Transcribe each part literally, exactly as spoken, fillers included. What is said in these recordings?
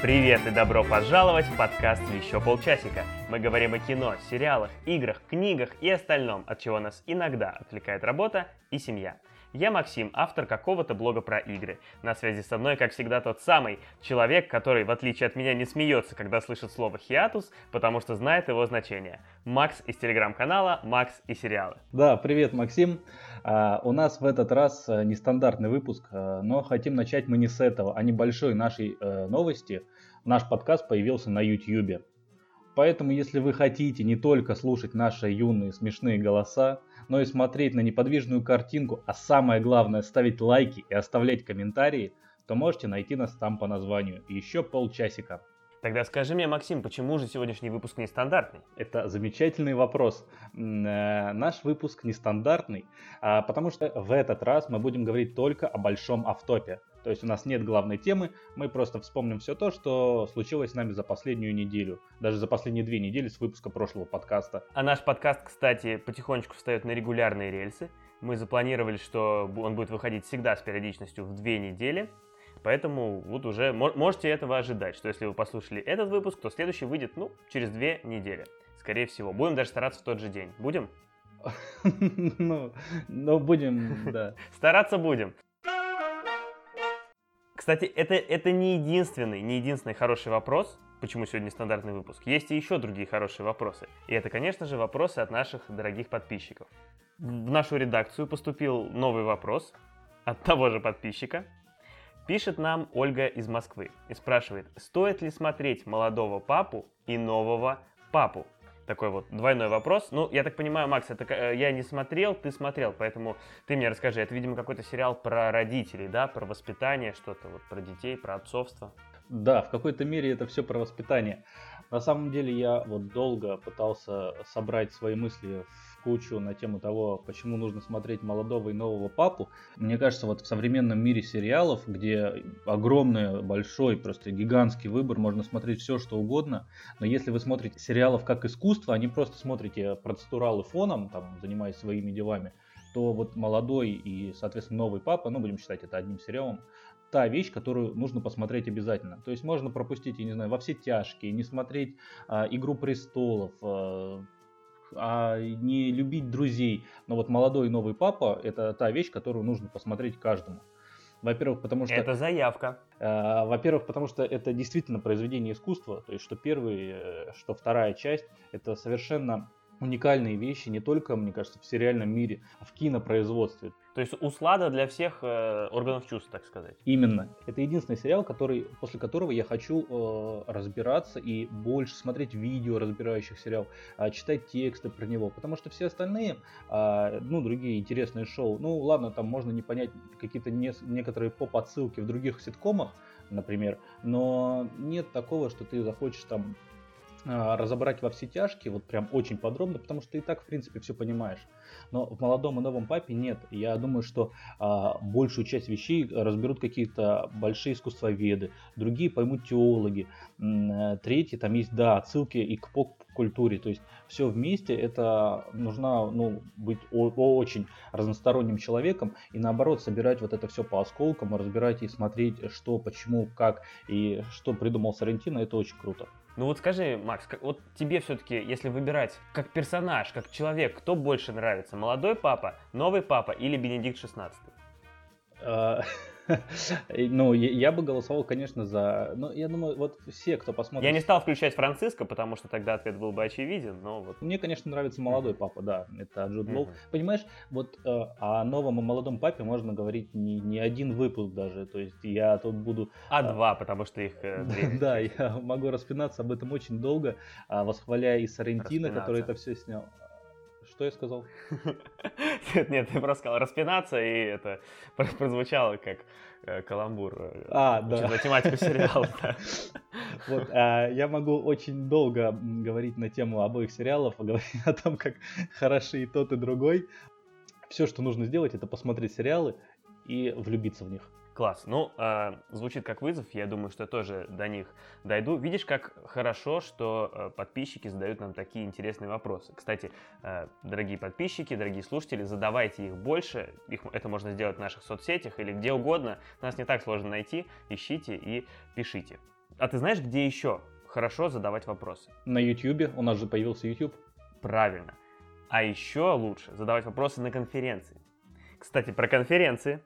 Привет и добро пожаловать в подкаст «Еще полчасика». Мы говорим о кино, сериалах, играх, книгах и остальном, от чего нас иногда отвлекает работа и семья. Я Максим, автор какого-то блога про игры. На связи со мной, как всегда, тот самый человек, который, в отличие от меня, не смеется, когда слышит слово «хиатус», потому что знает его значение. Макс из телеграм-канала «Макс и сериалы». Да, привет, Максим. Uh, у нас в этот раз uh, нестандартный выпуск, uh, но хотим начать мы не с этого, а небольшой нашей uh, новости. Наш подкаст появился на YouTube. Поэтому, если вы хотите не только слушать наши юные смешные голоса, но и смотреть на неподвижную картинку, а самое главное ставить лайки и оставлять комментарии, то можете найти нас там по названию «Еще полчасика». Тогда скажи мне, Максим, почему же сегодняшний выпуск нестандартный? Это замечательный вопрос. Наш выпуск нестандартный, потому что в этот раз мы будем говорить только о большом автопе. То есть у нас нет главной темы, мы просто вспомним все то, что случилось с нами за последнюю неделю. Даже за последние две недели с выпуска прошлого подкаста. А наш подкаст, кстати, потихонечку встает на регулярные рельсы. Мы запланировали, что он будет выходить всегда с периодичностью в две недели. Поэтому вот уже можете этого ожидать, что если вы послушали этот выпуск, то следующий выйдет, ну, через две недели, скорее всего. Будем даже стараться в тот же день. Будем? Ну, ну будем, да. Стараться будем. Кстати, это, это не единственный, не единственный хороший вопрос, почему сегодня стандартный выпуск. Есть и еще другие хорошие вопросы. И это, конечно же, вопросы от наших дорогих подписчиков. В нашу редакцию поступил новый вопрос от того же подписчика. Пишет нам Ольга из Москвы и спрашивает, стоит ли смотреть «Молодого папу» и «Нового папу». Такой вот двойной вопрос. Ну, я так понимаю, Макс, это я не смотрел, ты смотрел, поэтому ты мне расскажи. Это, видимо, какой-то сериал про родителей, да, про воспитание, что-то вот про детей, про отцовство. Да, в какой-то мере это все про воспитание. На самом деле я вот долго пытался собрать свои мысли в кучу на тему того, почему нужно смотреть «Молодого и нового папу». Мне кажется, вот в современном мире сериалов, где огромный, большой, просто гигантский выбор, можно смотреть все, что угодно, но если вы смотрите сериалов как искусство, а не просто смотрите процедуралы фоном, там, занимаясь своими делами, то вот «Молодой» и, соответственно, «Новый папа», ну, будем считать это одним сериалом, та вещь, которую нужно посмотреть обязательно. То есть можно пропустить, я не знаю, «Во все тяжкие», не смотреть а, «Игру престолов», а, а не любить «Друзей». Но вот «Молодой и новый папа» — это та вещь, которую нужно посмотреть каждому. Во-первых, потому что... Это заявка. Э, во-первых, потому что это действительно произведение искусства. То есть что первая, что вторая часть — это совершенно уникальные вещи не только, мне кажется, в сериальном мире, а в кинопроизводстве. То есть услада для всех э, органов чувств, так сказать. Именно. Это единственный сериал, который, после которого я хочу э, разбираться и больше смотреть видео разбирающих сериал, э, читать тексты про него. Потому что все остальные, э, ну, другие интересные шоу, ну, ладно, там можно не понять какие-то не, некоторые поп-отсылки в других ситкомах, например, но нет такого, что ты захочешь там разобрать во все тяжкие, вот прям очень подробно, потому что ты и так, в принципе, все понимаешь. Но в «Молодом и новом папе» нет. Я думаю, что а, большую часть вещей разберут какие-то большие искусствоведы, другие поймут теологи, м- третьи, там есть, да, отсылки и к поп-культуре. То есть все вместе это нужно, ну, быть о- очень разносторонним человеком и, наоборот, собирать вот это все по осколкам, разбирать и смотреть, что, почему, как и что придумал Соррентино, это очень круто. Ну вот скажи, Макс, как, вот тебе все-таки, если выбирать как персонаж, как человек, кто больше нравится? Молодой папа, новый папа или Бенедикт шестнадцатый? Ну, я бы голосовал, конечно, за... Ну, я думаю, вот все, кто посмотрит... Я не стал включать Франциско, потому что тогда ответ был бы очевиден, но вот... Мне, конечно, нравится «Молодой uh-huh. папа», да, это Джуд Лоу. Uh-huh. Понимаешь, вот э, о новом и молодом папе можно говорить не, не один выпуск даже, то есть я тут буду... А э, два, потому что их... Э, да, я могу распинаться об этом очень долго, восхваляя и Соррентино, который это все снял. Что я сказал? Нет, нет, ты просто сказал распинаться, и это прозвучало как э, каламбур. А, да. На тематику сериала. Да. Вот, а, я могу очень долго говорить на тему обоих сериалов, говорить о том, как хороши и тот, и другой. Все, что нужно сделать, это посмотреть сериалы и влюбиться в них. Класс. Ну, э, звучит как вызов, я думаю, что я тоже до них дойду. Видишь, как хорошо, что э, подписчики задают нам такие интересные вопросы. Кстати, э, дорогие подписчики, дорогие слушатели, задавайте их больше. Их, это можно сделать в наших соцсетях или где угодно. Нас не так сложно найти. Ищите и пишите. А ты знаешь, где еще хорошо задавать вопросы? На Ютьюбе, у нас же появился YouTube. Правильно. А еще лучше задавать вопросы на конференции. Кстати, про конференции.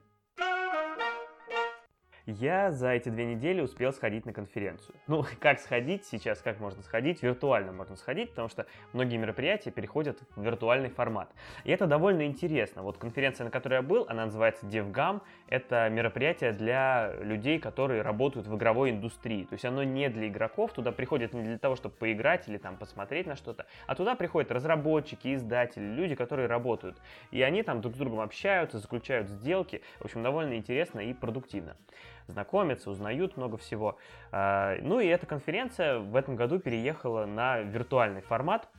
Я за эти две недели успел сходить на конференцию. Ну, как сходить сейчас, как можно сходить? Виртуально можно сходить, потому что многие мероприятия переходят в виртуальный формат. И это довольно интересно. Вот конференция, на которой я был, она называется DevGam. Это мероприятие для людей, которые работают в игровой индустрии. То есть оно не для игроков, туда приходят не для того, чтобы поиграть или там посмотреть на что-то, а туда приходят разработчики, издатели, люди, которые работают. И они там друг с другом общаются, заключают сделки. В общем, довольно интересно и продуктивно. Знакомятся, узнают много всего. Ну и эта конференция в этом году переехала на виртуальный формат,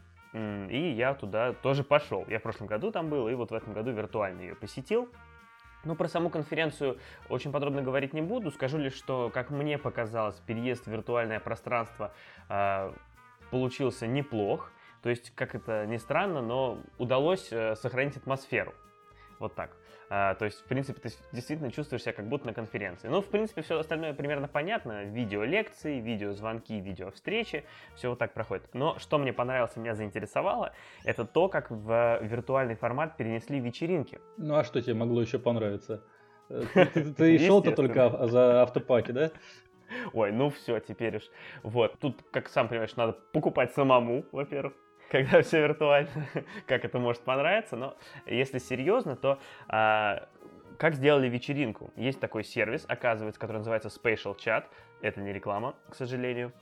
и я туда тоже пошел. Я в прошлом году там был, и вот в этом году виртуально ее посетил. Ну, про саму конференцию очень подробно говорить не буду. Скажу лишь, что, как мне показалось, переезд в виртуальное пространство э, получился неплох. То есть, как это ни странно, но удалось э, сохранить атмосферу. Вот так. А, то есть, в принципе, ты действительно чувствуешь себя как будто на конференции. Ну, в принципе, все остальное примерно понятно. Видеолекции, видеозвонки, видеовстречи. Все вот так проходит. Но что мне понравилось, меня заинтересовало, это то, как в виртуальный формат перенесли вечеринки. Ну, а что тебе могло еще понравиться? Ты, ты, ты шел-то только за автопати, да? Ой, ну все, теперь уж. Вот, тут, как сам понимаешь, надо покупать самому, во-первых, когда все виртуально, как это может понравиться, но если серьезно, то а, как сделали вечеринку? Есть такой сервис, оказывается, который называется Spatial Chat, это не реклама, к сожалению.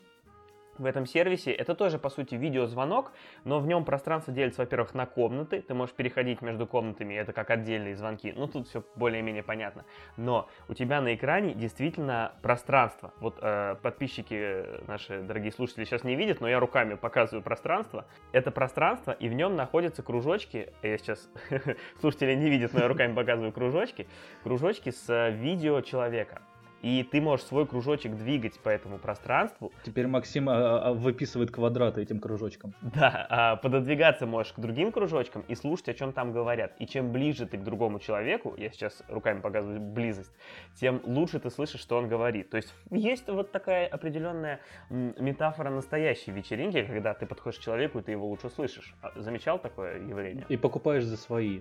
В этом сервисе это тоже, по сути, видеозвонок, но в нем пространство делится, во-первых, на комнаты, ты можешь переходить между комнатами, это как отдельные звонки, ну тут все более-менее понятно, но у тебя на экране действительно пространство. Вот э, подписчики, наши дорогие слушатели, сейчас не видят, но я руками показываю пространство. Это пространство, и в нем находятся кружочки, я сейчас, слушатели не видят, но я руками показываю кружочки, кружочки с видео человека. И ты можешь свой кружочек двигать по этому пространству. Теперь Максим а, а, выписывает квадраты этим кружочком. Да, а, пододвигаться можешь к другим кружочкам и слушать, о чем там говорят. И чем ближе ты к другому человеку, я сейчас руками показываю близость, тем лучше ты слышишь, что он говорит. То есть есть вот такая определенная метафора настоящей вечеринки, когда ты подходишь к человеку, и ты его лучше слышишь. Замечал такое явление? И покупаешь за свои.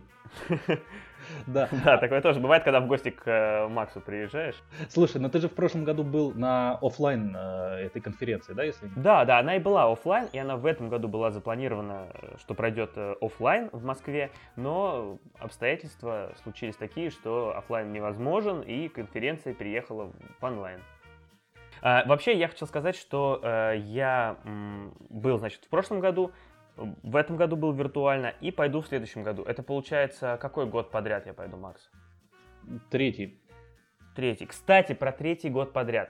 Да. Да, такое тоже бывает, когда в гости к Максу приезжаешь. Слушай, но ты же в прошлом году был на офлайн э, этой конференции, да, если? Да, да, она и была офлайн, и она в этом году была запланирована, что пройдет офлайн в Москве, но обстоятельства случились такие, что офлайн невозможен, и конференция переехала в онлайн. А, вообще, я хотел сказать, что э, я м, был, значит, в прошлом году, в этом году был виртуально, и пойду в следующем году. Это получается, какой год подряд я пойду, Макс? Третий. Третий. Кстати, про третий год подряд.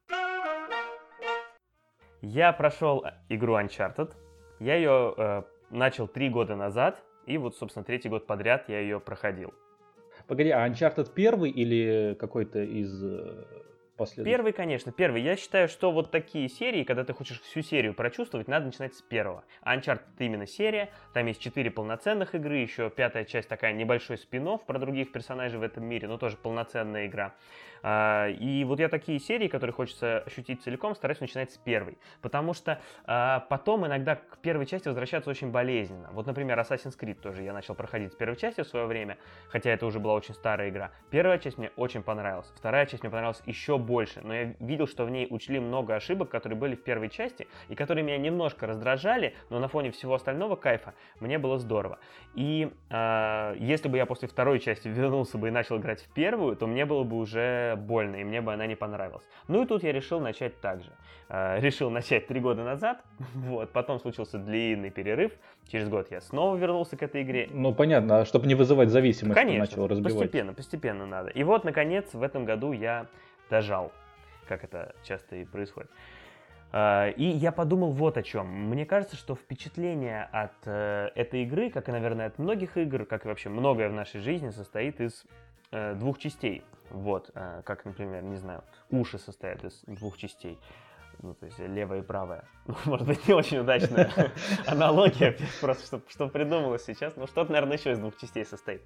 Я прошел игру Uncharted. Я ее э, начал три года назад, и вот, собственно, третий год подряд я ее проходил. Погоди, а Uncharted первый или какой-то из э, последующих? Первый, конечно, первый. Я считаю, что вот такие серии, когда ты хочешь всю серию прочувствовать, надо начинать с первого. А Uncharted — это именно серия, там есть четыре полноценных игры, еще пятая часть такая небольшой спин-офф про других персонажей в этом мире, но тоже полноценная игра. И вот я такие серии, которые хочется ощутить целиком, стараюсь начинать с первой. Потому что а, потом иногда к первой части возвращаться очень болезненно. Вот, например, Assassin's Creed тоже я начал проходить с первой части в свое время, хотя это уже была очень старая игра. Первая часть мне очень понравилась, вторая часть мне понравилась еще больше, но я видел, что в ней учли много ошибок, которые были в первой части, и которые меня немножко раздражали, но на фоне всего остального кайфа мне было здорово. И а, если бы я после второй части вернулся бы и начал играть в первую, то мне было бы уже больно, и мне бы она не понравилась. Ну и тут я решил начать так же. Э, решил начать три года назад, вот, потом случился длинный перерыв, через год я снова вернулся к этой игре. Ну понятно, чтобы не вызывать зависимость, конечно, начал разбивать. Постепенно, постепенно надо. И вот, наконец, в этом году я дожал, как это часто и происходит. Uh, и я подумал вот о чем. Мне кажется, что впечатление от uh, этой игры, как и, наверное, от многих игр, как и вообще многое в нашей жизни, состоит из uh, двух частей. Вот, uh, как, например, не знаю, уши состоят из двух частей. ну, то есть левая и правая. Ну, может быть, не очень удачная аналогия, просто что придумалось сейчас, но что-то, наверное, еще из двух частей состоит.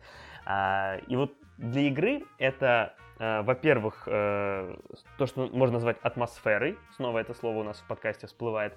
И вот для игры это, во-первых, то, что можно назвать атмосферой, снова это слово у нас в подкасте всплывает,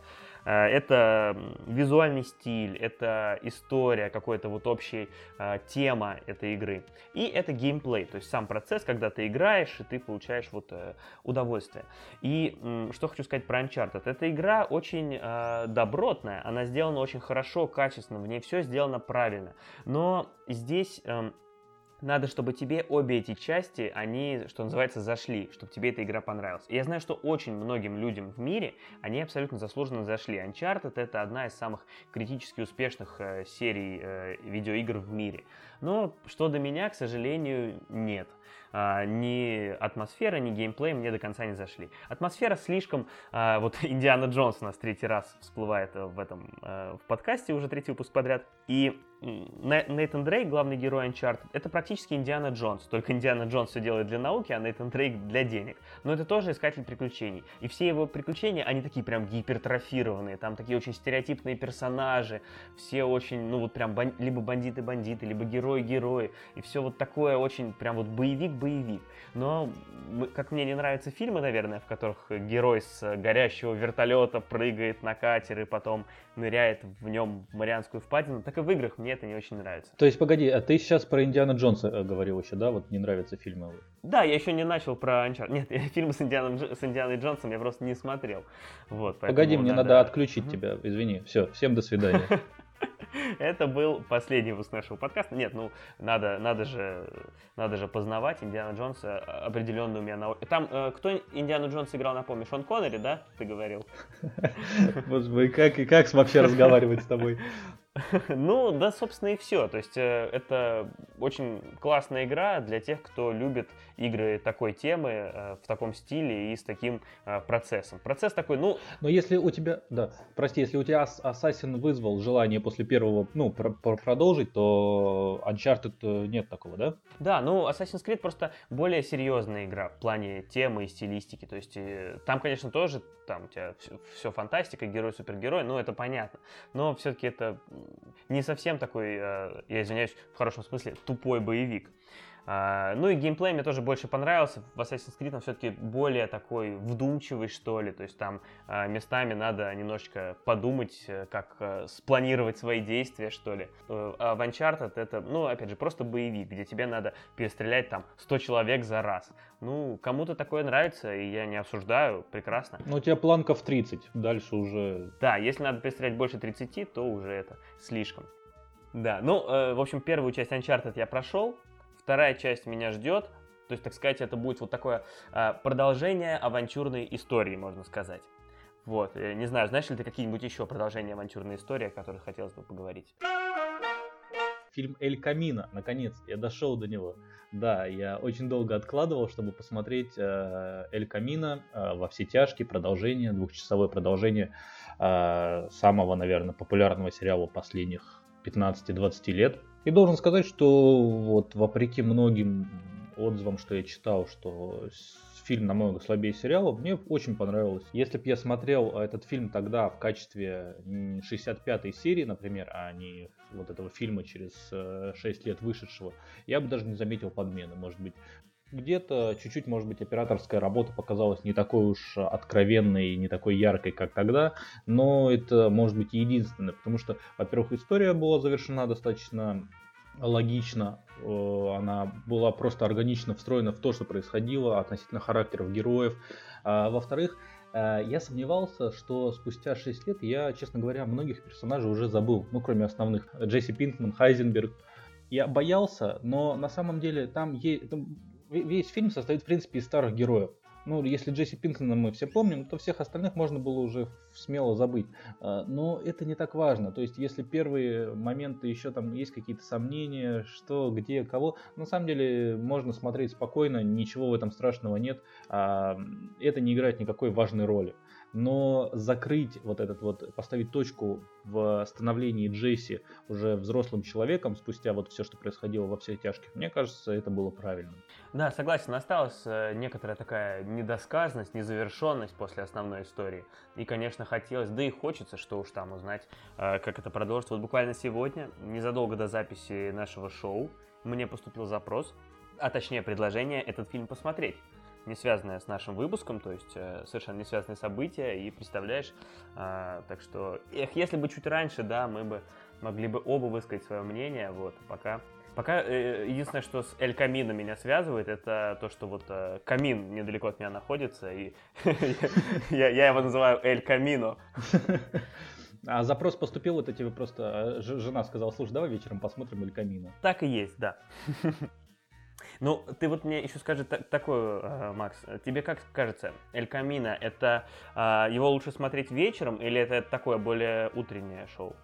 это визуальный стиль, это история, какая-то вот общая тема этой игры, и это геймплей, то есть сам процесс, когда ты играешь, и ты получаешь вот удовольствие. И что хочу сказать про Uncharted, эта игра очень добротная, она сделана очень хорошо, качественно, в ней все сделано правильно, но здесь... Надо, чтобы тебе обе эти части, они, что называется, зашли, чтобы тебе эта игра понравилась. И я знаю, что очень многим людям в мире они абсолютно заслуженно зашли. Uncharted — это одна из самых критически успешных э, серий э, видеоигр в мире. Но что до меня, к сожалению, нет. А, ни атмосфера, ни геймплей мне до конца не зашли. Атмосфера слишком... А, вот Индиана Джонс у нас третий раз всплывает в этом а, в подкасте, уже третий выпуск подряд. И Нейтан Дрейк, главный герой Uncharted, это практически Индиана Джонс. Только Индиана Джонс все делает для науки, а Нейтан Дрейк для денег. Но это тоже искатель приключений. И все его приключения, они такие прям гипертрофированные. Там такие очень стереотипные персонажи. Все очень, ну вот прям бан... либо бандиты-бандиты, либо герои-герои. И все вот такое очень прям вот боевик-боевик. Но, как мне не нравятся фильмы, наверное, в которых герой с горящего вертолета прыгает на катер и потом ныряет в нем в Марианскую впадину, так и в играх мне это не очень нравится. То есть, погоди, а ты сейчас про Индиана Джонса говорил еще, да? Вот не нравятся фильмы. Да, я еще не начал про Uncharted. Нет, фильмы с, Индианом, с Индианой Джонсом я просто не смотрел. Вот, погоди, мне надо, надо отключить угу. тебя, извини. Все, всем до свидания. Это был последний выпуск нашего подкаста. Нет, ну, надо, надо, же, надо же познавать Индиана Джонса определенно у меня на... Там, э, кто Индиану Джонса играл, напомню, Шон Коннери, да, ты говорил? Боже, как, как вообще разговаривать с тобой? Ну, да, собственно, и все. То есть э, это очень классная игра для тех, кто любит игры такой темы, э, в таком стиле и с таким э, процессом. Процесс такой, ну... Но если у тебя, да, прости, если у тебя Assassin вызвал желание после первого, ну, про- про- продолжить, то Uncharted нет такого, да? Да, ну, Assassin's Creed просто более серьезная игра в плане темы и стилистики. То есть э, там, конечно, тоже там у тебя все, все фантастика, герой-супергерой, ну, это понятно. Но все-таки это не совсем такой, я извиняюсь, в хорошем смысле, тупой боевик. Ну и геймплей мне тоже больше понравился. В Assassin's Creed он все-таки более такой вдумчивый, что ли. То есть там местами надо немножечко подумать, как спланировать свои действия, что ли. А в Uncharted это, ну, опять же, просто боевик, где тебе надо перестрелять там сто человек за раз. Ну, кому-то такое нравится, и я не осуждаю, прекрасно. Ну, у тебя планка в тридцать, дальше уже... Да, если надо перестрелять больше тридцати, то уже это слишком. Да, ну, э, в общем, первую часть Uncharted я прошел. Вторая часть меня ждет, то есть, так сказать, это будет вот такое э, продолжение авантюрной истории, можно сказать. Вот, э, не знаю, знаешь ли ты какие-нибудь еще продолжения авантюрной истории, о которых хотелось бы поговорить? Фильм «Эль Камино», наконец, я дошел до него. Да, я очень долго откладывал, чтобы посмотреть э, «Эль Камино» э, во все тяжкие, продолжение, двухчасовое продолжение э, самого, наверное, популярного сериала последних пятнадцати-двадцати лет. И должен сказать, что вот вопреки многим отзывам, что я читал, что фильм намного слабее сериала, мне очень понравилось. Если бы я смотрел этот фильм тогда в качестве шестьдесят пятой серии, например, а не вот этого фильма через шесть лет вышедшего, я бы даже не заметил подмены, может быть. Где-то чуть-чуть, может быть, операторская работа показалась не такой уж откровенной и не такой яркой, как тогда, но это, может быть, и единственное, потому что, во-первых, история была завершена достаточно логично, она была просто органично встроена в то, что происходило относительно характеров героев. А, во-вторых, я сомневался, что спустя шесть лет я, честно говоря, многих персонажей уже забыл, ну, кроме основных. Джесси Пинкман, Хайзенберг. Я боялся, но на самом деле там есть... Весь фильм состоит, в принципе, из старых героев. Ну, если Джесси Пинкмана мы все помним, то всех остальных можно было уже смело забыть. Но это не так важно. То есть, если первые моменты еще там есть какие-то сомнения, что, где, кого, на самом деле можно смотреть спокойно, ничего в этом страшного нет. Это не играет никакой важной роли. но закрыть вот этот вот, поставить точку в становлении Джесси уже взрослым человеком спустя вот все, что происходило во всех тяжких, мне кажется, это было правильным. Да, согласен, осталась некоторая такая недосказанность, незавершенность после основной истории. И, конечно, хотелось, да и хочется, что уж там узнать, как это продолжится. Вот буквально сегодня, незадолго до записи нашего шоу, мне поступил запрос, а точнее предложение этот фильм посмотреть. Не связанное с нашим выпуском, то есть э, совершенно не связанные события, и представляешь, э, так что, эх, если бы чуть раньше, да, мы бы могли бы оба высказать свое мнение, вот, пока, пока э, единственное, что с Эль Камино меня связывает, это то, что вот э, камин недалеко от меня находится, и я его называю Эль Камино. А запрос поступил, вот эти вы просто, жена сказала, слушай, давай вечером посмотрим Эль Камино. Так и есть, да. Ну, ты вот мне еще скажи так, такое, Макс, тебе как кажется, Эль Камино, это а, его лучше смотреть вечером или это такое более утреннее шоу?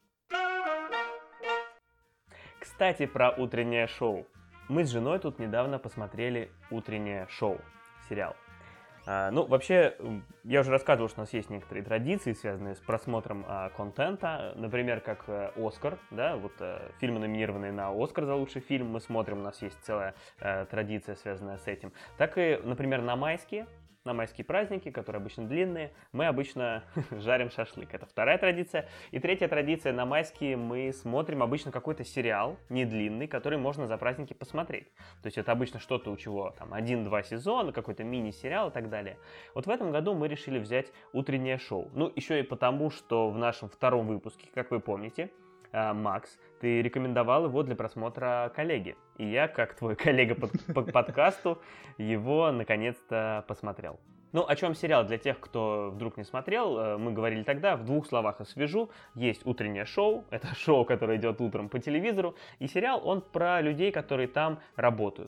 Кстати, про утреннее шоу. Мы с женой тут недавно посмотрели утреннее шоу, сериал. А, ну, вообще, я уже рассказывал, что у нас есть некоторые традиции, связанные с просмотром а, контента, например, как а, «Оскар», да, вот а, фильмы, номинированные на «Оскар» за лучший фильм, мы смотрим, у нас есть целая а, традиция, связанная с этим. Так и, например, на майские, на майские праздники, которые обычно длинные, мы обычно жарим шашлык. Это вторая традиция. И третья традиция, на майские мы смотрим обычно какой-то сериал, не длинный, который можно за праздники посмотреть. То есть это обычно что-то, у чего там один-два сезона, какой-то мини-сериал и так далее. Вот в этом году мы решили взять утреннее шоу. Ну, еще и потому, что в нашем втором выпуске, как вы помните, Макс, ты рекомендовал его для просмотра коллеге. И я, как твой коллега по, по подкасту, его наконец-то посмотрел. Ну, о чем сериал? Для тех, кто вдруг не смотрел, мы говорили тогда, в двух словах освежу. Есть утреннее шоу, это шоу, которое идет утром по телевизору, и сериал, он про людей, которые там работают.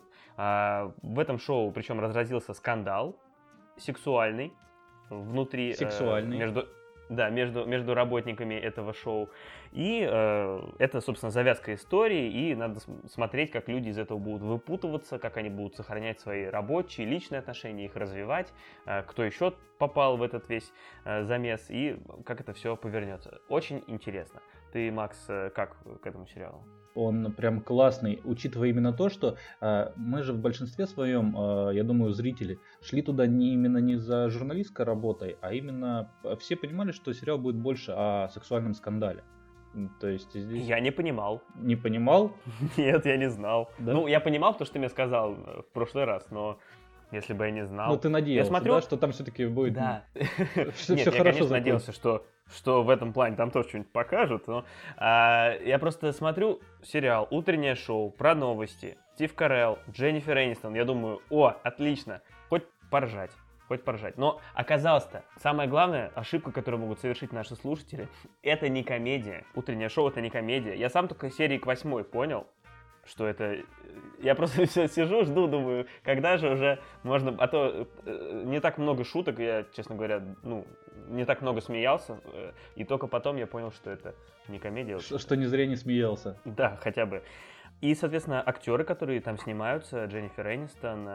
В этом шоу, причем, разразился скандал сексуальный внутри... Сексуальный. Между... Да, между, между работниками этого шоу. И э, это, собственно, завязка истории, и надо смотреть, как люди из этого будут выпутываться, как они будут сохранять свои рабочие, личные отношения, их развивать, э, кто еще попал в этот весь э, замес, и как это все повернется. Очень интересно. Ты, Макс, э, как к этому сериалу? Он прям классный, учитывая именно то, что э, мы же в большинстве своем, э, я думаю, зрители шли туда не именно не за журналистской работой, а именно все понимали, что сериал будет больше о сексуальном скандале. То есть здесь... Я не понимал. Не понимал? Нет, я не знал. Да? Ну, я понимал то, что ты мне сказал в прошлый раз, но если бы я не знал... Ну, ты надеялся, я смотрю... да, что там все-таки будет... Да. все, Нет, все я, хорошо конечно, закончится. надеялся, что, что в этом плане там тоже что-нибудь покажут, но а, я просто смотрю сериал «Утреннее шоу» про новости, Стив Карелл, Дженнифер Энистон, я думаю, о, отлично, хоть поржать. Хоть поржать. Но оказалось-то, самая главная ошибка, которую могут совершить наши слушатели, это не комедия. Утреннее шоу — это не комедия. Я сам только серии к восьмой понял, что это... Я просто все сижу, жду, думаю, когда же уже можно... А то не так много шуток, я, честно говоря, ну, не так много смеялся, и только потом я понял, что это не комедия. Что, что не зря не смеялся. Да, хотя бы. И, соответственно, актеры, которые там снимаются, Дженнифер Энистон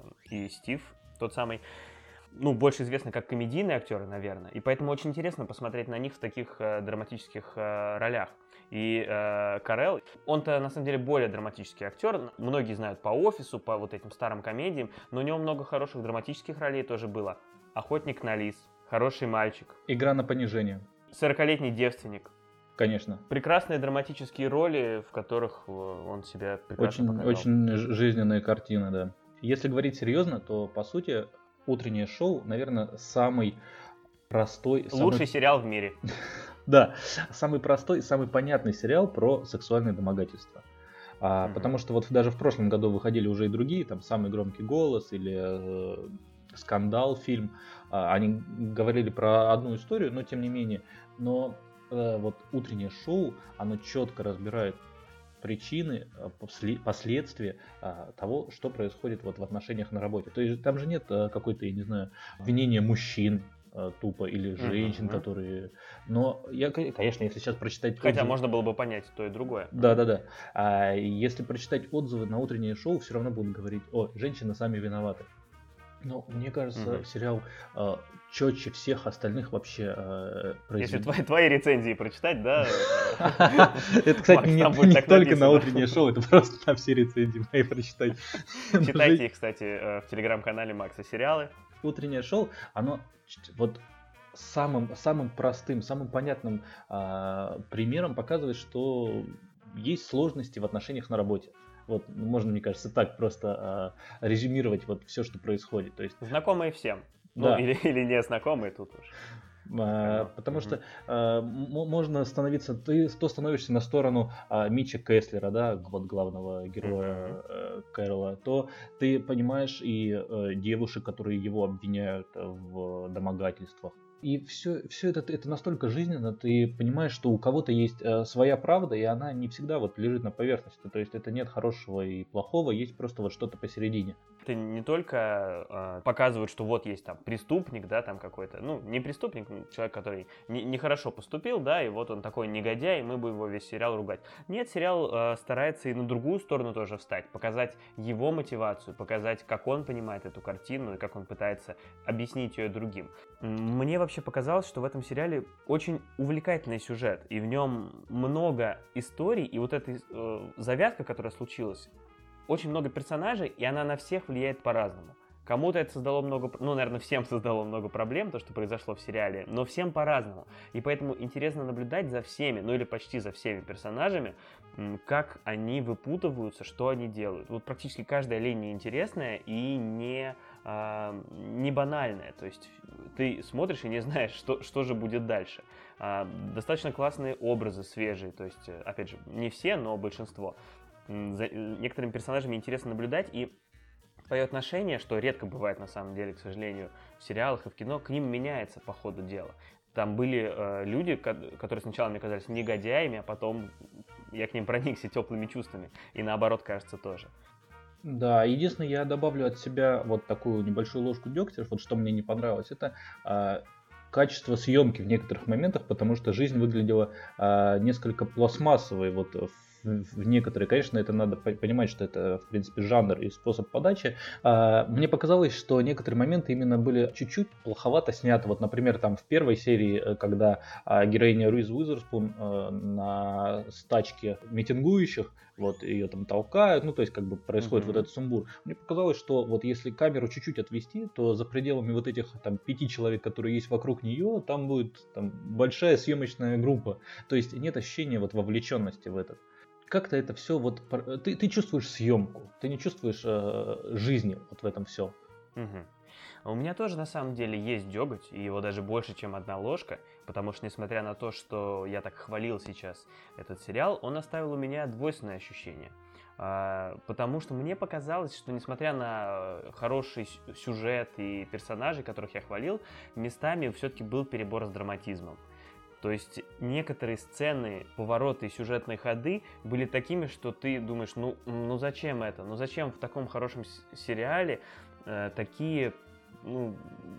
и Стив, тот самый... ну, больше известны как комедийные актеры, наверное, и поэтому очень интересно посмотреть на них в таких э, драматических э, ролях. И э, Карелл, он-то на самом деле более драматический актер, многие знают по «Офису», по вот этим старым комедиям, но у него много хороших драматических ролей тоже было. «Охотник на лис», «Хороший мальчик», «Игра на понижение», «Сорокалетний девственник». Конечно. Прекрасные драматические роли, в которых он себя прекрасно очень, показал. Очень жизненные картины, да. Если говорить серьезно, то, по сути... «Утреннее шоу», наверное, самый простой... Лучший самый... сериал в мире. Да, самый простой, самый понятный сериал про сексуальное домогательство. А, mm-hmm. Потому что вот даже в прошлом году выходили уже и другие, там «Самый громкий голос» или э, «Скандал» фильм. А, они говорили про одну историю, но тем не менее. Но э, вот «Утреннее шоу», оно четко разбирает причины, последствия того, что происходит вот в отношениях на работе. То есть там же нет какой-то, я не знаю, обвинения мужчин тупо или женщин, mm-hmm. которые... Но я, конечно, если сейчас прочитать... Хотя отзывы... можно было бы понять то и другое. Да-да-да. А если прочитать отзывы на утреннее шоу, все равно будут говорить: о, женщины сами виноваты. Ну, мне кажется, Мгм. сериал э, четче всех остальных вообще э, Если произведений. твои, твои рецензии прочитать, да, э, Это, кстати, Макс, не, там будет не так только на написано. утреннее шоу, это просто на все рецензии мои прочитать. Но Читайте жи- их, кстати, э, в телеграм-канале Макса сериалы. Утреннее шоу, оно ч- вот самым, самым простым, самым понятным а, примером показывает, что есть сложности в отношениях на работе. Вот, ну, можно, мне кажется, так просто а, резюмировать вот все, что происходит. То есть, Знакомые всем. Ну, да, или, или не знакомые тут уж. Как А, оно. потому Мгм. что а, м- можно становиться, ты то становишься на сторону а, Митча Кеслера, да, г- вот главного Мгм. героя э, Кэрола, то ты понимаешь и э, девушек, которые его обвиняют э, в домогательствах. И все, все это, это настолько жизненно, ты понимаешь, что у кого-то есть э, своя правда, и она не всегда вот лежит на поверхности. То есть это нет хорошего и плохого, есть просто вот что-то посередине. Это не только э, показывают, что вот есть там преступник, да, там какой-то, ну, не преступник, м, человек, который не- нехорошо поступил, да, и вот он такой негодяй, и мы будем его весь сериал ругать. Нет, сериал э, старается и на другую сторону тоже встать, показать его мотивацию, показать, как он понимает эту картину и как он пытается объяснить ее другим. М, Мне вообще показалось, что в этом сериале очень увлекательный сюжет, и в нем много историй, и вот эта э, завязка, которая случилась, очень много персонажей, и она на всех влияет по-разному. Кому-то это создало много, ну, наверное, всем создало много проблем, то, что произошло в сериале, но всем по-разному. И поэтому интересно наблюдать за всеми, ну или почти за всеми персонажами, м, как они выпутываются, что они делают. Вот практически каждая линия интересная и не, а, не банальная. То есть ты смотришь и не знаешь, что, что же будет дальше. А, достаточно классные образы, свежие, то есть, э, опять же, не все, но большинство. М, За э, некоторыми персонажами интересно наблюдать, и твое отношение, что редко бывает на самом деле, к сожалению, в сериалах и в кино, к ним меняется по ходу дела. Там были э, люди, ко- которые сначала мне казались негодяями, а потом я к ним проникся теплыми чувствами. И наоборот, кажется, тоже. Да, единственное, я добавлю от себя вот такую небольшую ложку дегтя, вот что мне не понравилось, это а, качество съемки в некоторых моментах, потому что жизнь выглядела а, несколько пластмассовой вот в, в некоторые, конечно, это надо по- понимать, что это, в принципе, жанр и способ подачи. А, мне показалось, что некоторые моменты именно были чуть-чуть плоховато сняты. Вот, например, там в первой серии, э, когда а, героиня Руиз Уизерспун э, на стачке митингующих, вот ее там толкают, ну то есть как бы происходит вот Мгм. этот сумбур. Мне показалось, что вот если камеру чуть-чуть отвести, то за пределами вот этих там пяти человек, которые есть вокруг нее, там будет там большая съемочная группа. То есть нет ощущения вот вовлеченности в этот. Как-то это все вот пор- ты, ты чувствуешь съемку, ты не чувствуешь э, жизни вот в этом все. Мгм. А у меня тоже на самом деле есть деготь, и его даже больше, чем одна ложка, потому что, несмотря на то, что я так хвалил сейчас этот сериал, он оставил у меня двойственное ощущение. А, потому что мне показалось, что, несмотря на э, хороший сю- сюжет и персонажей, которых я хвалил, местами все-таки был перебор с драматизмом. То есть некоторые сцены, повороты и сюжетные ходы были такими, что ты думаешь, ну, ну зачем это? Ну зачем в таком хорошем с- сериале э, такие ну,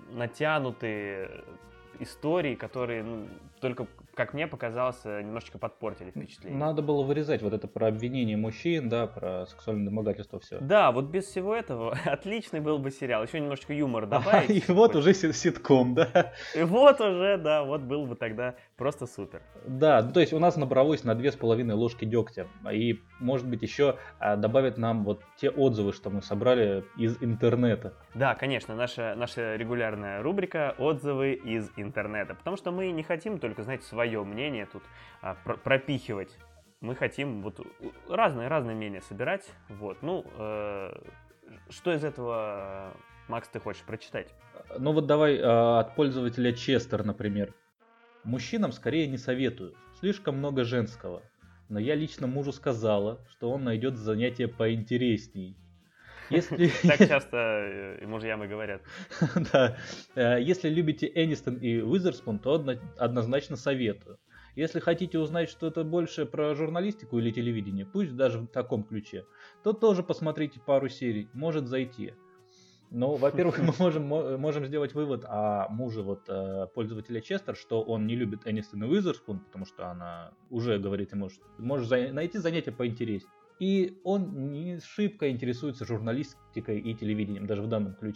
натянутые истории, которые ну, только, как мне показалось, э, немножечко подпортили впечатление. Надо было вырезать вот это про обвинение мужчин, да, про сексуальное домогательство, все. Да, вот без всего этого отличный был бы сериал. Еще немножечко юмора Ага, и добавить. вот Хоть... уже си- ситком, да. И вот уже, да, вот был бы тогда просто супер. Да, ну, то есть у нас набралось на две с половиной ложки дегтя. И, может быть, еще а, добавят нам вот те отзывы, что мы собрали из интернета. Да, конечно, наша, наша регулярная рубрика «Отзывы из интернета». Потому что мы не хотим только, знаете, свое мнение тут а, пр- пропихивать. Мы хотим вот разные-разные мнения собирать. Вот, ну, э, что из этого, Макс, ты хочешь прочитать? Ну вот давай а, от пользователя Честер, например. Мужчинам скорее не советую. Слишком много женского. Но я лично мужу сказала, что он найдет занятие поинтересней. Если, Так часто э, мужьям и говорят. да, э, если любите Энистон и Уизерспун, то одно- однозначно советую. Если хотите узнать что-то больше про журналистику или телевидение, пусть даже в таком ключе, то тоже посмотрите пару серий, может зайти. Ну, во-первых, мы можем, мо- можем сделать вывод о муже вот, э, пользователя Честер, что он не любит Энистон и Уизерспун, потому что она уже говорит ему, что можешь за- найти занятие поинтереснее. И он не шибко интересуется журналистикой и телевидением, даже в данном ключе.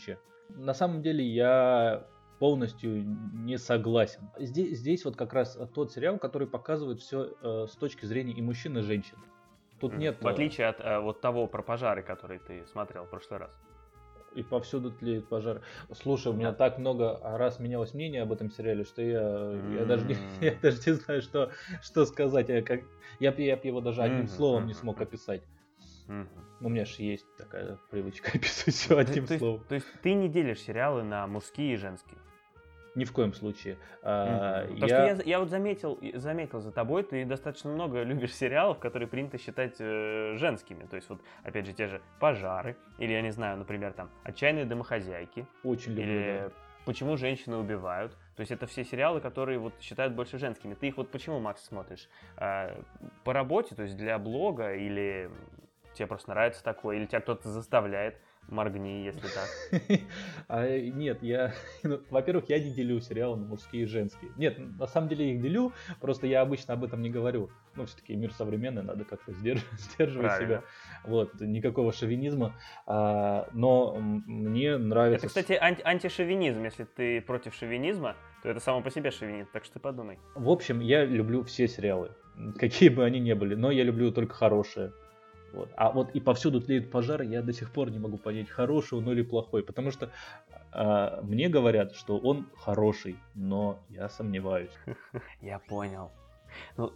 На самом деле я полностью не согласен. Здесь, здесь вот как раз тот сериал, который показывает все э, с точки зрения и мужчин, и женщин. Тут Мгм. нет... В отличие от э, вот того про пожары, который ты смотрел в прошлый раз. И повсюду тлеют пожары. Слушай, у меня Да. так много раз менялось мнение об этом сериале, что я, я, даже, не, я М. даже не знаю, что, что сказать. Я, как, я, б- я б его даже одним Мгм, словом не мгм, смог мгм. описать. Мгм. У меня же есть такая привычка описывать все То, одним то есть, словом. то есть ты не делишь сериалы на мужские и женские? Ни в коем случае. А, Мгм. Потому что я, я... я вот заметил, заметил за тобой, ты достаточно много любишь сериалов, которые принято считать э, женскими. То есть вот, опять же, те же «Пожары», или, я не знаю, например, там «Отчаянные домохозяйки», Очень люблю, или да. «Почему женщины убивают». То есть это все сериалы, которые вот считают больше женскими. Ты их вот почему, Макс, смотришь? А, по работе, то есть для блога, или тебе просто нравится такое, или тебя кто-то заставляет? Моргни, если так. А, нет, я, ну, во-первых, я не делю сериалы на мужские и женские. Нет, на самом деле я их делю, просто я обычно об этом не говорю. Ну, все-таки мир современный, надо как-то сдерж- сдерживать себя. Правильно. Вот, никакого шовинизма. А, но м, мне нравится... Это, с- кстати, анти- антишовинизм. Если ты против шовинизма, то это само по себе шовинизм, так что ты подумай. В общем, я люблю все сериалы, какие бы они ни были, но я люблю только хорошие. Вот. А вот и повсюду тлеют пожары, я до сих пор не могу понять, хороший он или плохой. Потому что а, мне говорят, что он хороший, но я сомневаюсь. Я понял. Ну,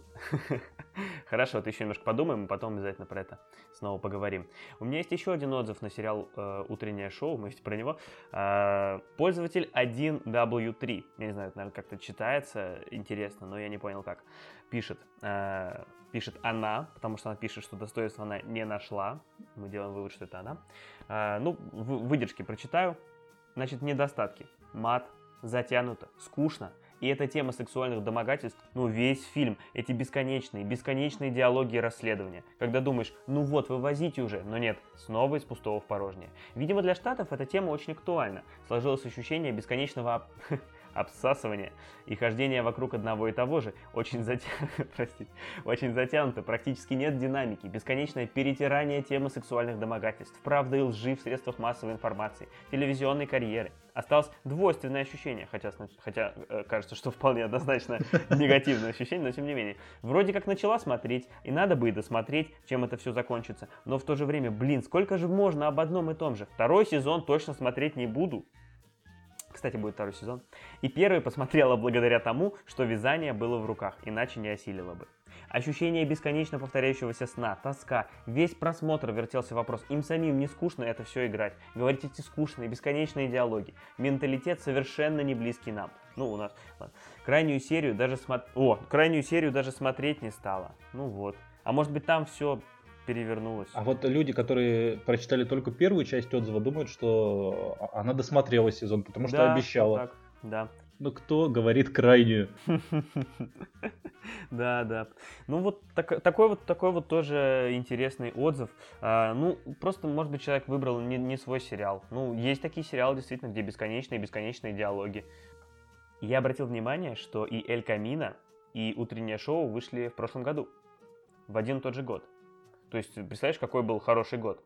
хорошо, ты еще немножко подумаем, и потом обязательно про это снова поговорим. У меня есть еще один отзыв на сериал э, «Утреннее шоу», мы про него. Э, пользователь один дабл ю три, я не знаю, это, наверное, как-то читается, интересно, но я не понял как. Пишет, э, пишет она, потому что она пишет, что достоинства она не нашла. Мы делаем вывод, что это она. Э, ну, в- выдержки прочитаю. Значит, недостатки. Мат, затянуто, скучно. И эта тема сексуальных домогательств, ну весь фильм, эти бесконечные, бесконечные диалоги и расследования. Когда думаешь, ну вот, вывозите уже, но нет, снова из пустого в порожнее. Видимо, для Штатов эта тема очень актуальна. Сложилось ощущение бесконечного об- обсасывания и хождения вокруг одного и того же. Очень, затя... Простите. Очень затянуто, практически нет динамики, бесконечное перетирание темы сексуальных домогательств, правды и лжи в средствах массовой информации, телевизионной карьеры. Осталось двойственное ощущение, хотя, снач- хотя э, кажется, что вполне однозначно негативное ощущение, но тем не менее. Вроде как начала смотреть, и надо бы и досмотреть, чем это все закончится. Но в то же время, блин, сколько же можно об одном и том же? Второй сезон точно смотреть не буду. Кстати, будет второй сезон. И первый посмотрела благодаря тому, что вязание было в руках, иначе не осилила бы. Ощущение бесконечно повторяющегося сна, тоска. Весь просмотр вертелся вопрос, им самим не скучно это все играть. Говорить эти скучные, бесконечные диалоги. Менталитет совершенно не близкий нам. Ну, у нас. Ладно. Крайнюю серию даже смо... О, крайнюю серию даже смотреть не стала. Ну вот. А может быть там все перевернулось. А вот люди, которые прочитали только первую часть отзыва, думают, что а- она досмотрела сезон, потому что Да, обещала. вот так, да. Но кто говорит крайнюю? Да, да. Ну вот так- такой вот такой вот тоже интересный отзыв. А, ну, просто, может быть, человек выбрал не, не свой сериал. Ну, есть такие сериалы, действительно, где бесконечные, бесконечные диалоги. Я обратил внимание, что и «Эль Камино», и «Утреннее шоу» вышли в прошлом году. В один и тот же год. То есть, представляешь, какой был хороший год.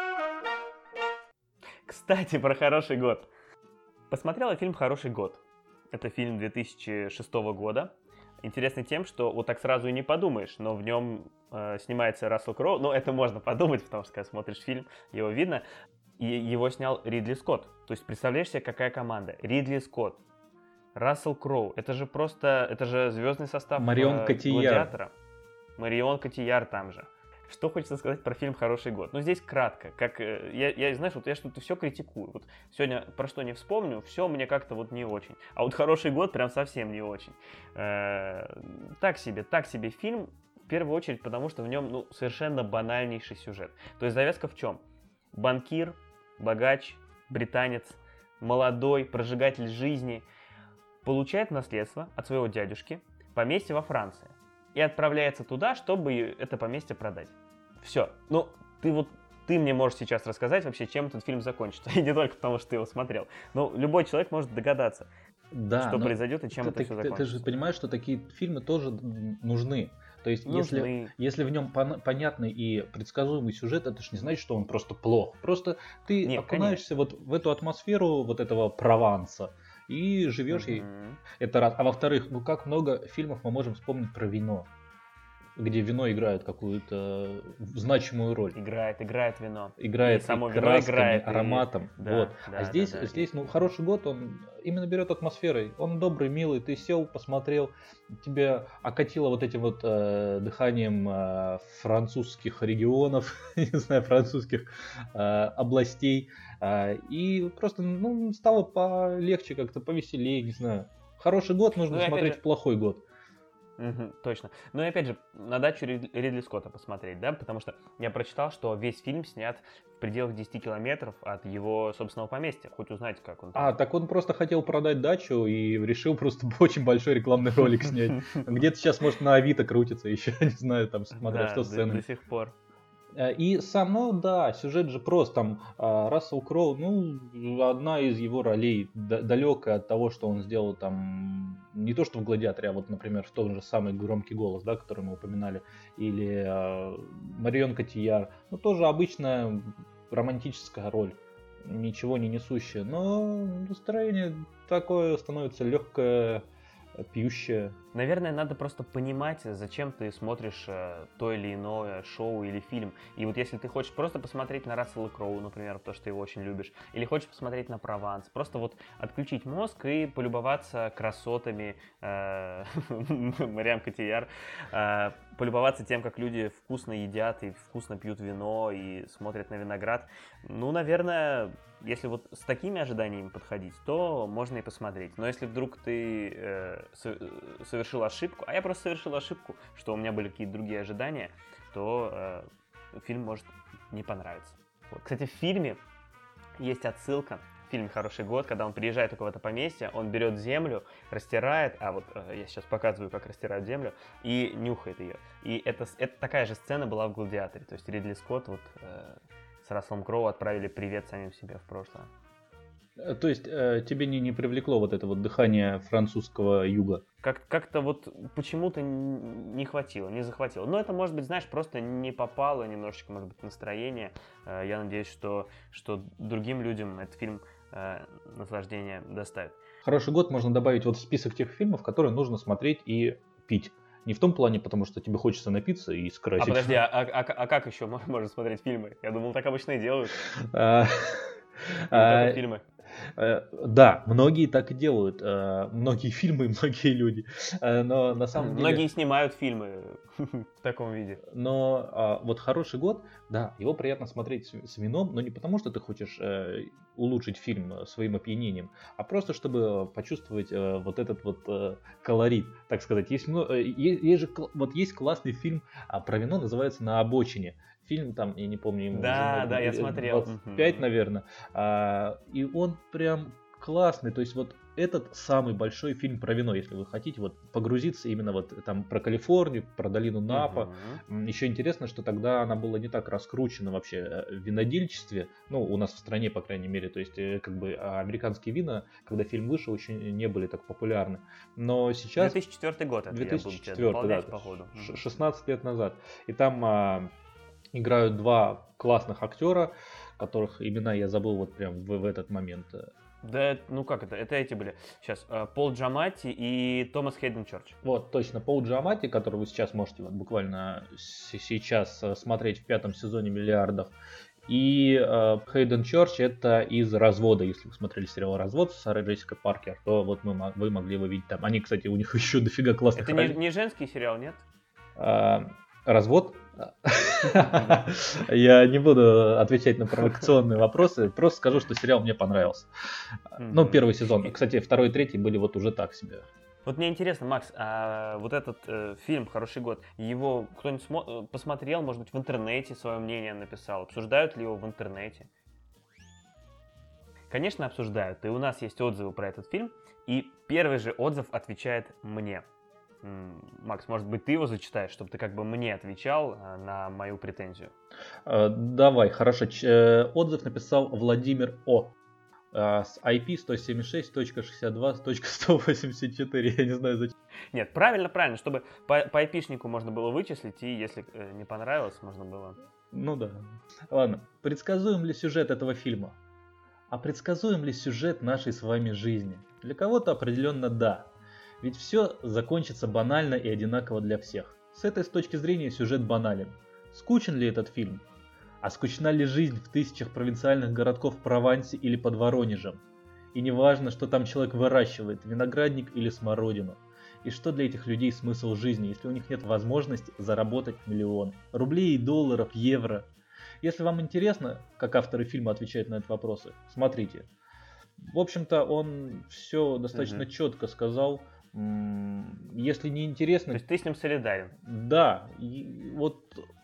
Кстати, про хороший год. Посмотрел я фильм «Хороший год». Это фильм две тысячи шестого года. Интересный тем, что вот так сразу и не подумаешь, но в нем э, снимается Рассел Кроу. Ну, это можно подумать, потому что когда смотришь фильм, его видно. И его снял Ридли Скотт. То есть, представляешь себе, какая команда? Ридли Скотт, Рассел Кроу. Это же просто, это же звездный состав Марион э, Котийяр. «Гладиатора». Марион Котийяр там же. Что хочется сказать про фильм «Хороший год»? Ну, здесь кратко. Как, э, я, я, знаешь, вот я что-то все критикую. Вот сегодня про что не вспомню, все мне как-то вот не очень. А вот «Хороший год» прям совсем не очень. Э, так себе, так себе фильм. В первую очередь, потому что в нем, ну, совершенно банальнейший сюжет. То есть завязка в чем? Банкир, богач, британец, молодой, прожигатель жизни получает наследство от своего дядюшки, поместье во Франции, и отправляется туда, чтобы это поместье продать. Все. Ну, ты вот ты мне можешь сейчас рассказать вообще, чем этот фильм закончится. И не только потому, что ты его смотрел. Но любой человек может догадаться, Да, что но произойдет и чем ты, это ты- все ты- ты закончится. же понимаешь, что такие фильмы тоже нужны. То есть, если, Нужны. если в нем пон- понятный и предсказуемый сюжет, это ж не значит, что он просто плох. Просто ты Нет, окунаешься вот в эту атмосферу вот этого Прованса и живешь ей. Мгм. Это раз. А во-вторых, ну как много фильмов мы можем вспомнить про вино, где вино играет какую-то значимую роль. Играет, играет вино. Играет И и само вино красками, играет, и- ароматом. Да, Вот. да, а да, здесь, да. здесь, И- ну, хороший год, он именно берет атмосферой. Он добрый, милый. Ты сел, посмотрел, тебя окатило вот этим вот э, дыханием э, французских регионов, не знаю, французских э, областей. Э, и просто, ну, стало полегче как-то, повеселее, не знаю. Хороший год нужно Ну и опять смотреть же- в плохой год. Мгм, точно. Ну и опять же, на дачу Рид- Ридли Скотта посмотреть, да, потому что я прочитал, что весь фильм снят в пределах десяти километров от его собственного поместья. Хоть узнать, как он там. А, так он просто хотел продать дачу и решил просто очень большой рекламный ролик снять. Где-то сейчас, может, на Авито крутится еще, не знаю, там, смотря Да, что с до, ценами. до сих пор. Э, И сам, ну да, сюжет же прост, там а, Рассел Кроу, ну, одна из его ролей, д- далекая от того, что он сделал там, не то что в «Гладиаторе», а вот, например, в том же самый «Громкий голос», да, который мы упоминали, или а, Марион Котийяр, ну, тоже обычная романтическая роль, ничего не несущая, но настроение такое становится легкое, пьющее. Наверное, надо просто понимать, зачем ты смотришь э, то или иное шоу или фильм. И вот если ты хочешь просто посмотреть на Рассела Кроу, например, то, что ты его очень любишь, или хочешь посмотреть на Прованс, просто вот отключить мозг и полюбоваться красотами э, Мариам Котийяр, э, полюбоваться тем, как люди вкусно едят и вкусно пьют вино и смотрят на виноград. Ну, наверное, если вот с такими ожиданиями подходить, то можно и посмотреть. Но если вдруг ты э, со- совершил ошибку, а я просто совершил ошибку, что у меня были какие-то другие ожидания, то э, фильм может не понравиться. Вот. Кстати, в фильме есть отсылка. В фильме «Хороший год», когда он приезжает в какое-то поместье, он берет землю, растирает, а вот э, я сейчас показываю, как растирают землю, и нюхает ее. И это, с- это такая же сцена была в «Гладиаторе». То есть Ридли Скотт вот э, с Расселом Кроу отправили привет самим себе в прошлое. Э, То есть э, тебе не, не привлекло вот это вот дыхание французского юга? Как- как-то вот почему-то н- не хватило, не захватило. Но это, может быть, знаешь, просто не попало немножечко, может быть, настроение. Э, Я надеюсь, что, что другим людям этот фильм э, наслаждение доставит. Хороший год можно добавить вот в список тех фильмов, которые нужно смотреть и пить. Не в том плане, потому что тебе хочется напиться и А скрасить. подожди, а, а- а- а как еще мо- можно смотреть фильмы? Я думал, так обычно и делают. А, Или только а, фильмы. э, Да, многие так и делают. э, Многие фильмы и многие люди. Э, Но на самом деле... Многие снимают фильмы в таком виде. Но а, вот хороший год, да, его приятно смотреть с, с вином, но не потому, что ты хочешь э, улучшить фильм э, своим опьянением, а просто чтобы почувствовать э, вот этот вот э, колорит, так сказать. Есть, мно- э, е- есть же кл- вот есть классный фильм а, про вино, называется «На обочине». Фильм там, я не помню, ему Да, уже да, я э, смотрел. двадцать пять, Мгм. наверное. А, и он прям классный. То есть вот этот самый большой фильм про вино, если вы хотите вот погрузиться именно вот там про Калифорнию, про долину Напа. Мгм. Еще интересно, что тогда она была не так раскручена вообще э, в винодельчестве, ну, у нас в стране, по крайней мере, то есть, э, как бы, а американские вина, когда фильм вышел, еще не были так популярны. Но сейчас, две тысячи четвёртый год это две я тысячи буду тебя четвёртый, да, дополнять, походу. ш- Мгм. шестнадцать лет назад, и там а, играют два классных актера, которых имена я забыл вот прям в, в этот момент. Да, ну как это? Это эти были. Сейчас, э, Пол Джаматти и Томас Хейден Чорч. Вот, точно, Пол Джаматти, который вы сейчас можете вот буквально с- сейчас э, смотреть в пятом сезоне «Миллиардов». И э, Хейден Чорч это из «Развода», если вы смотрели сериал «Развод» с Сарой Джессикой Паркер, то вот мы, мо- вы могли его видеть там. Они, кстати, у них еще дофига классных Это не, ролей. не женский сериал, нет? А, Развод? Я не буду отвечать на провокационные вопросы, просто скажу, что сериал мне понравился. Ну, Мгм. первый сезон. Кстати, второй и третий были вот уже так себе. Вот мне интересно, Макс, а вот этот э, фильм «Хороший год», его кто-нибудь смо- э, посмотрел, может быть, в интернете свое мнение написал? Обсуждают ли его в интернете? Конечно, обсуждают. И у нас есть отзывы про этот фильм. И первый же отзыв отвечает мне. М, Макс, может быть, ты его зачитаешь, чтобы ты как бы мне отвечал э, на мою претензию? Э, Давай, хорошо. Ч- э, Отзыв написал Владимир О. э, С ай пи сто семьдесят шесть точка шестьдесят два точка сто восемьдесят четыре. Я не знаю, зачем. Нет, правильно, правильно, чтобы по, по айпишнику можно было вычислить, и если э, не понравилось, можно было... Ну да. Ладно, предсказуем ли сюжет этого фильма? А предсказуем ли сюжет нашей с вами жизни? Для кого-то определенно да. Ведь все закончится банально и одинаково для всех. С этой с точки зрения сюжет банален. Скучен ли этот фильм? А скучна ли жизнь в тысячах провинциальных городков в Провансе или под Воронежем? И не важно, что там человек выращивает, виноградник или смородину. И что для этих людей смысл жизни, если у них нет возможности заработать миллион рублей, долларов, евро? Если вам интересно, как авторы фильма отвечают на эти вопросы, смотрите. В общем-то, он все достаточно Мгм. четко сказал. М, Если не интересно, То есть ты с ним солидарен. да, и вот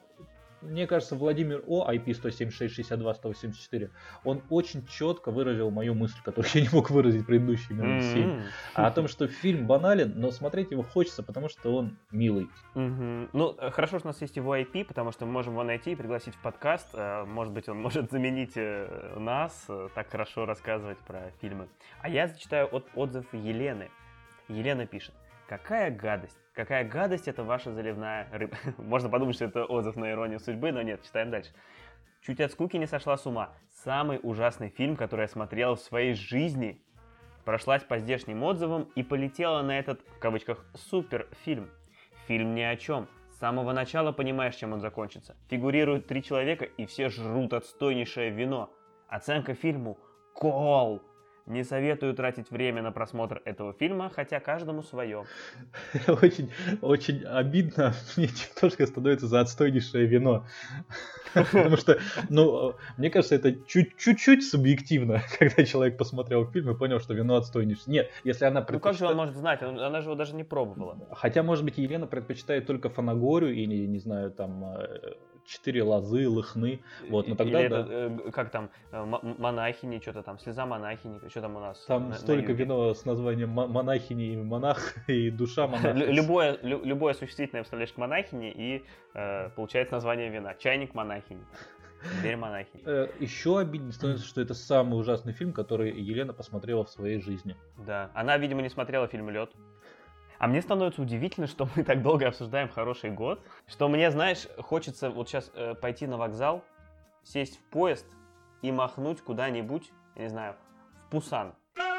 мне кажется, Владимир О, ай пи сто семьдесят шесть шестьдесят два сто восемьдесят четыре, он очень четко выразил мою мысль, которую я не мог выразить предыдущие минут семь. М. А о том, что фильм банален, но смотреть его хочется, потому что он милый. Мгм. Ну, э, хорошо, что у нас есть его ай пи, потому что мы можем его найти и пригласить в подкаст. Э, Может быть, он может заменить э, нас, э, так хорошо рассказывать про фильмы. А я зачитаю от отзыв Елены. Елена пишет. Какая гадость. Какая гадость это ваша заливная рыба. Можно подумать, что это отзыв на иронию судьбы, но нет, читаем дальше. Чуть от скуки не сошла с ума. Самый ужасный фильм, который я смотрел в своей жизни. Прошлась по здешним отзывам и полетела на этот, в кавычках, суперфильм. Фильм ни о чем. С самого начала понимаешь, чем он закончится. Фигурируют три человека и все жрут отстойнейшее вино. Оценка фильму – кол. Не советую тратить время на просмотр этого фильма, хотя каждому свое. Очень, очень обидно, мне немножко становится за отстойнейшее вино. Потому что, ну, мне кажется, это чуть- чуть-чуть субъективно, когда человек посмотрел фильм и понял, что вино отстойнейшее. Нет, если она Ну как же он предпочитает... может знать? Он- Она же его даже не пробовала. Хотя, может быть, Елена предпочитает только Фанагорию или, не знаю, там, э, четыре лозы, лыхны. Вот, но тогда Или да. это, э, как там, э, м- монахини, что-то там, слеза монахини, что там у нас Там на- на столько юге? вино с названием мо- монахини и монах, и душа монаха. Лю- Любое, лю- любое существительное вставляешь к монахине, и э, получается название вина. Чайник монахини, дверь монахини. Э, Еще обиднее становится, что это самый ужасный фильм, который Елена посмотрела в своей жизни. Да, она, видимо, не смотрела фильм «Лед». А мне становится удивительно, что мы так долго обсуждаем «Хороший год», что мне, знаешь, хочется вот сейчас э, пойти на вокзал, сесть в поезд и махнуть куда-нибудь, я не знаю, в Пусан.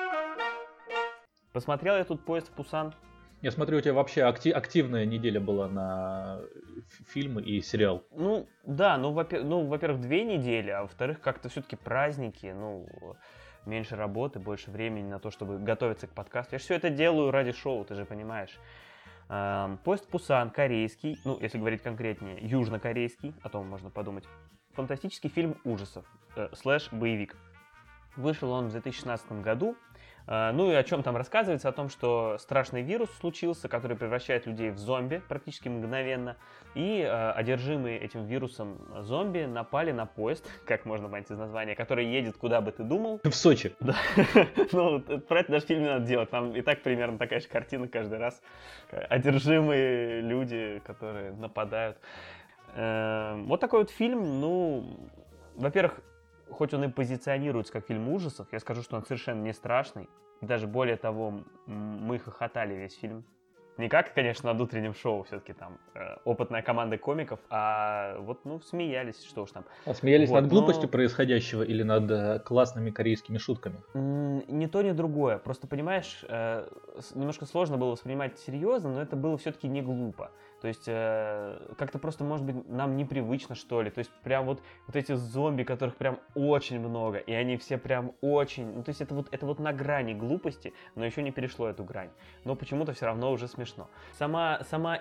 Посмотрел я тут поезд в Пусан. Я смотрю, у тебя вообще акти- активная неделя была на ф- фильмы и сериал. Ну, да, ну, во-пе- ну, во-первых, две недели, а во-вторых, как-то все-таки праздники, ну, меньше работы, больше времени на то, чтобы готовиться к подкасту. Я же все это делаю ради шоу, ты же понимаешь. Эм, Поезд в Пусан, корейский, ну, если говорить конкретнее, южнокорейский, о том можно подумать. Фантастический фильм ужасов, э, слэш-боевик. Вышел он в две тысячи шестнадцатом году. Э, Ну и о чем там рассказывается? О том, что страшный вирус случился, который превращает людей в зомби практически мгновенно. И э, одержимые этим вирусом зомби напали на поезд, как можно понять из названия, который едет куда бы ты думал. В Сочи. Да. Ну, т- про это даже фильм не надо делать. Там и так примерно такая же картина каждый раз. Одержимые люди, которые нападают. Эм, Вот такой вот фильм. Ну, во-первых, хоть он и позиционируется как фильм ужасов, я скажу, что он совершенно не страшный. И даже более того, м, мы хохотали весь фильм. Не как, конечно, над утренним шоу, все-таки там э, опытная команда комиков, а вот, ну, смеялись, что уж там. А смеялись Вот, над глупостью но- происходящего или над э, классными корейскими шутками? М, Ни то, ни другое. Просто, понимаешь, э, с- немножко сложно было воспринимать серьезно, но это было все-таки не глупо. То есть, э, как-то просто, может быть, нам непривычно, что ли. То есть, прям вот, вот эти зомби, которых прям очень много, и они все прям очень... Ну, то есть, это вот, это вот на грани глупости, но еще не перешло эту грань. Но почему-то все равно уже смешно. Сама, сама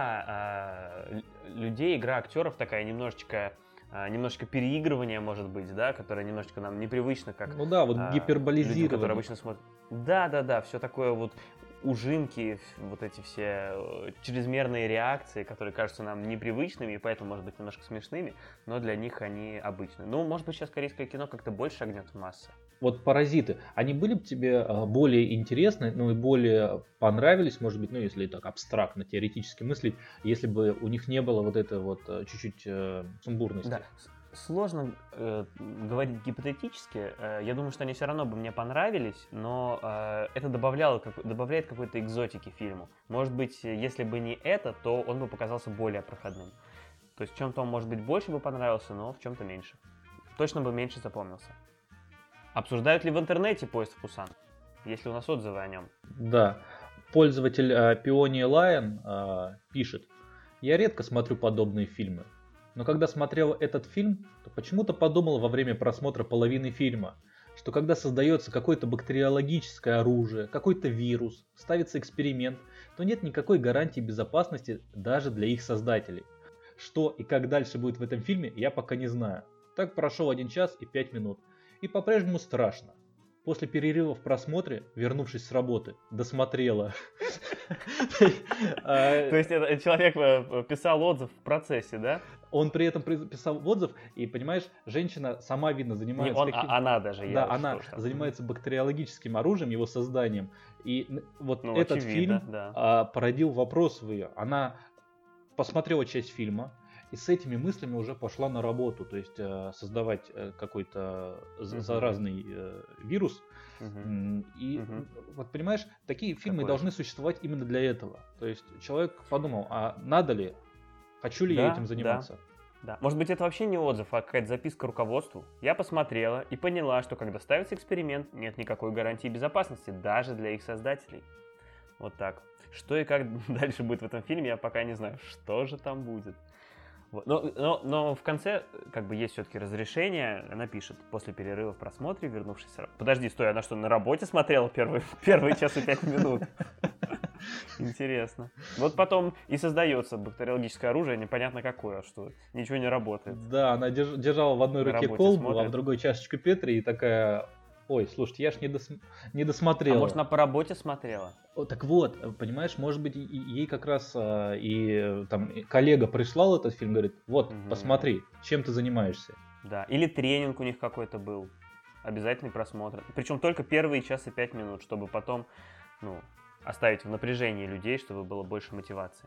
игра э, л- людей, игра актеров такая немножечко... а, Немножечко переигрывание, может быть, да, которое немножечко нам непривычно, как Ну да, вот а, гиперболизирование. людям, которые обычно смотрят. Да, да, да, все такое вот ужимки, ф- вот эти все э, чрезмерные реакции, которые кажутся нам непривычными и поэтому, может быть, немножко смешными, но для них они обычны. Ну, может быть, сейчас корейское кино как-то больше шагнет в массы. Вот «Паразиты», они были бы тебе а, более интересны, ну и более понравились, может быть, ну если так абстрактно, теоретически мыслить, если бы у них не было вот этой вот а, чуть-чуть э, сумбурности? Да, сложно э, говорить гипотетически. Э, я думаю, что они все равно бы мне понравились, но э, это добавляло, как, добавляет какой-то экзотики фильму. Может быть, если бы не это, то он бы показался более проходным. То есть в чем-то он, может быть, больше бы понравился, но в чем-то меньше. Точно бы меньше запомнился. Обсуждают ли в интернете «Поезд в Пусан»? Есть ли у нас отзывы о нем? Да. Пользователь э, Peony Lion э, пишет: «Я редко смотрю подобные фильмы, но когда смотрел этот фильм, то почему-то подумал во время просмотра половины фильма, что когда создается какое-то бактериологическое оружие, какой-то вирус, ставится эксперимент, то нет никакой гарантии безопасности даже для их создателей. Что и как дальше будет в этом фильме, я пока не знаю. Так прошел один час и пять минут. И по-прежнему страшно. После перерыва в просмотре, вернувшись с работы, досмотрела». То есть человек писал отзыв в процессе, да? Он при этом писал отзыв, и, понимаешь, женщина сама, видно, занимается... Не он, а она даже. Да, она занимается бактериологическим оружием, его созданием. И вот ну, этот очевидно, фильм да. а, породил вопрос в ее. Она посмотрела часть фильма, и с этими мыслями уже пошла на работу, то есть э, создавать э, какой-то uh-huh. заразный э, вирус. Uh-huh. И uh-huh. вот понимаешь, такие фильмы Такое. должны существовать именно для этого. То есть человек подумал, а надо ли, хочу ли да, я этим заниматься? Да. Да. Может быть, это вообще не отзыв, а какая-то записка руководству. Я посмотрела и поняла, что когда ставится эксперимент, нет никакой гарантии безопасности, даже для их создателей. Вот так. Что и как дальше будет в этом фильме, я пока не знаю. Что же там будет? Вот. Но, но, но в конце, как бы, есть все-таки разрешение. Она пишет: после перерыва в просмотре, вернувшись... Подожди, стой, она что, на работе смотрела первые, первые час и пять минут? Интересно. Вот потом и создается бактериологическое оружие, непонятно какое, что ничего не работает. Да, она держала в одной руке колбу, а в другой чашечку Петри и такая... Ой, слушайте, я ж не, дос... не досмотрела. А может, она по работе смотрела? О, так вот, понимаешь, может быть, ей как раз а, и там коллега прислал этот фильм, говорит: вот, угу. посмотри, чем ты занимаешься. Да, или тренинг у них какой-то был, обязательный просмотр. Причем только первые час и пять минут, чтобы потом, ну, оставить в напряжении людей, чтобы было больше мотивации.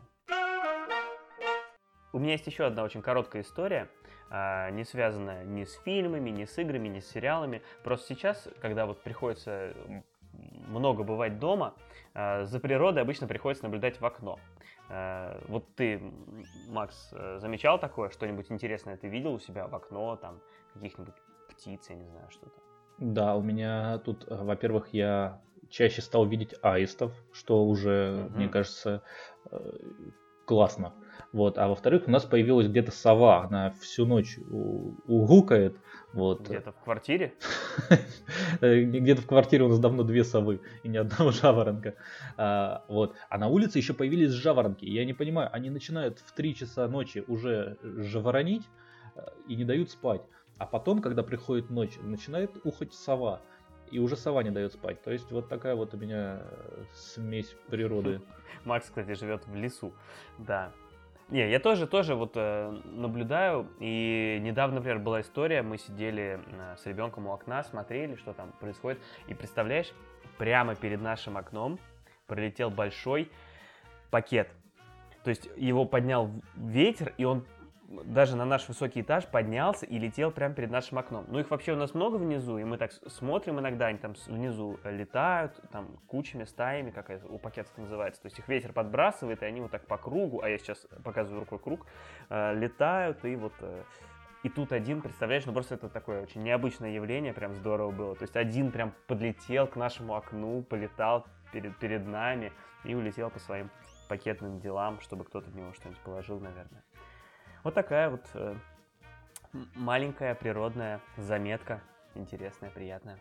У меня есть еще одна очень короткая история, не связанная ни с фильмами, ни с играми, ни с сериалами. Просто сейчас, когда вот приходится много бывать дома, за природой обычно приходится наблюдать в окно. Вот ты, Макс, замечал такое? Что-нибудь интересное ты видел у себя в окно, там, каких-нибудь птиц, я не знаю, что-то? Да, у меня тут, во-первых, я чаще стал видеть аистов, что уже, mm-hmm. мне кажется, классно. Вот. А во-вторых, у нас появилась где-то сова, она всю ночь угукает. Вот. Где-то в квартире? Где-то в квартире у нас давно две совы и ни одного жаворонка. А, вот. А на улице еще появились жаворонки. Я не понимаю, они начинают в три часа ночи уже жаворонить и не дают спать. А потом, когда приходит ночь, начинает ухать сова. И уже сова не дает спать. То есть вот такая вот у меня смесь природы. Макс, кстати, живет в лесу. Да. Не, я тоже, тоже вот э, наблюдаю. И недавно, например, была история. Мы сидели э, с ребенком у окна, смотрели, что там происходит. И представляешь, прямо перед нашим окном пролетел большой пакет. То есть его поднял ветер, и он даже на наш высокий этаж поднялся и летел прямо перед нашим окном. Ну, их вообще у нас много внизу, и мы так смотрим иногда, они там внизу летают, там кучами, стаями, как это у пакетов называется. То есть их ветер подбрасывает, и они вот так по кругу, а я сейчас показываю рукой круг, э, летают, и вот... Э, и тут один, представляешь, ну просто это такое очень необычное явление, прям здорово было. То есть один прям подлетел к нашему окну, полетал перед, перед нами и улетел по своим пакетным делам, чтобы кто-то в него что-нибудь положил, наверное. Вот такая вот э, маленькая природная заметка, интересная, приятная.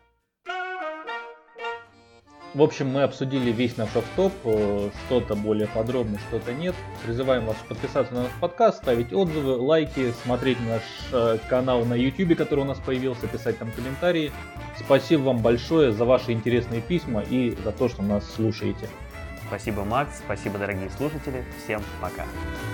В общем, мы обсудили весь наш офф-топ, что-то более подробно, что-то нет. Призываем вас подписаться на наш подкаст, ставить отзывы, лайки, смотреть наш э, канал на YouTube, который у нас появился, писать там комментарии. Спасибо вам большое за ваши интересные письма и за то, что нас слушаете. Спасибо, Макс, спасибо, дорогие слушатели, всем пока.